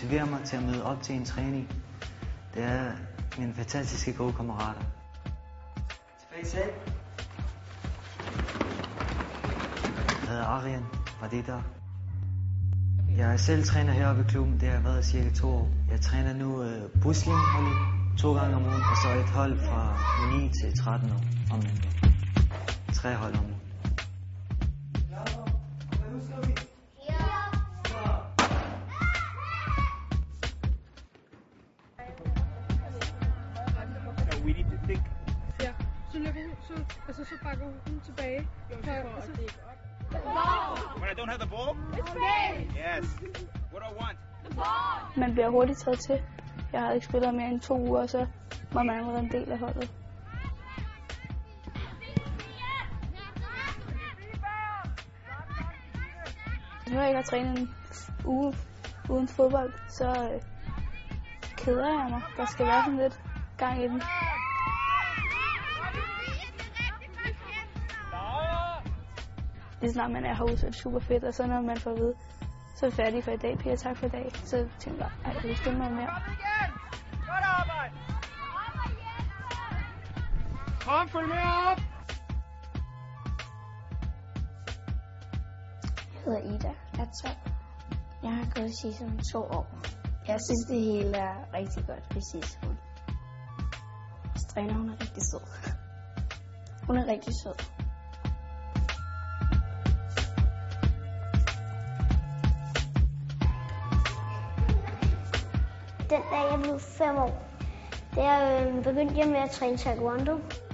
motiverer mig til at møde op til en træning, det er mine fantastiske gode kammerater. Tilbage selv. Jeg hedder Arian Radita. Jeg er selv træner heroppe i klubben, det har jeg været i cirka 2 år. Jeg træner nu buslinjeholdet 2 gange om ugen, og så et hold fra 9 til 13 år om ugen. 3 hold om ugen. Ja, så løber hun, så bakker hun tilbage. When I don't have the ball? It's space! Yes. What do I want? The ball! Man bliver hurtigt taget til. Jeg havde ikke spillet mere end 2 uger, så var man allerede en del af holdet. Hvis nu jeg ikke har trænet en uge uden fodbold, så keder jeg mig. Der skal være sådan lidt gang i den. Lige snart man er herude, så er det super fedt, og så når man får at vide, så er vi færdige for i dag, Pia, tak for i dag. Så tænker jeg, jeg vil spille noget mere. Kom, følg med op! Jeg hedder Ida, jeg er 12. Jeg har gået i SISUM 2 år. Jeg synes, det hele er rigtig godt ved SISUM. Træner, hun er rigtig sød. Hun er rigtig sød. Den dag jeg blev 5 år, der begyndte jeg med at træne taekwondo.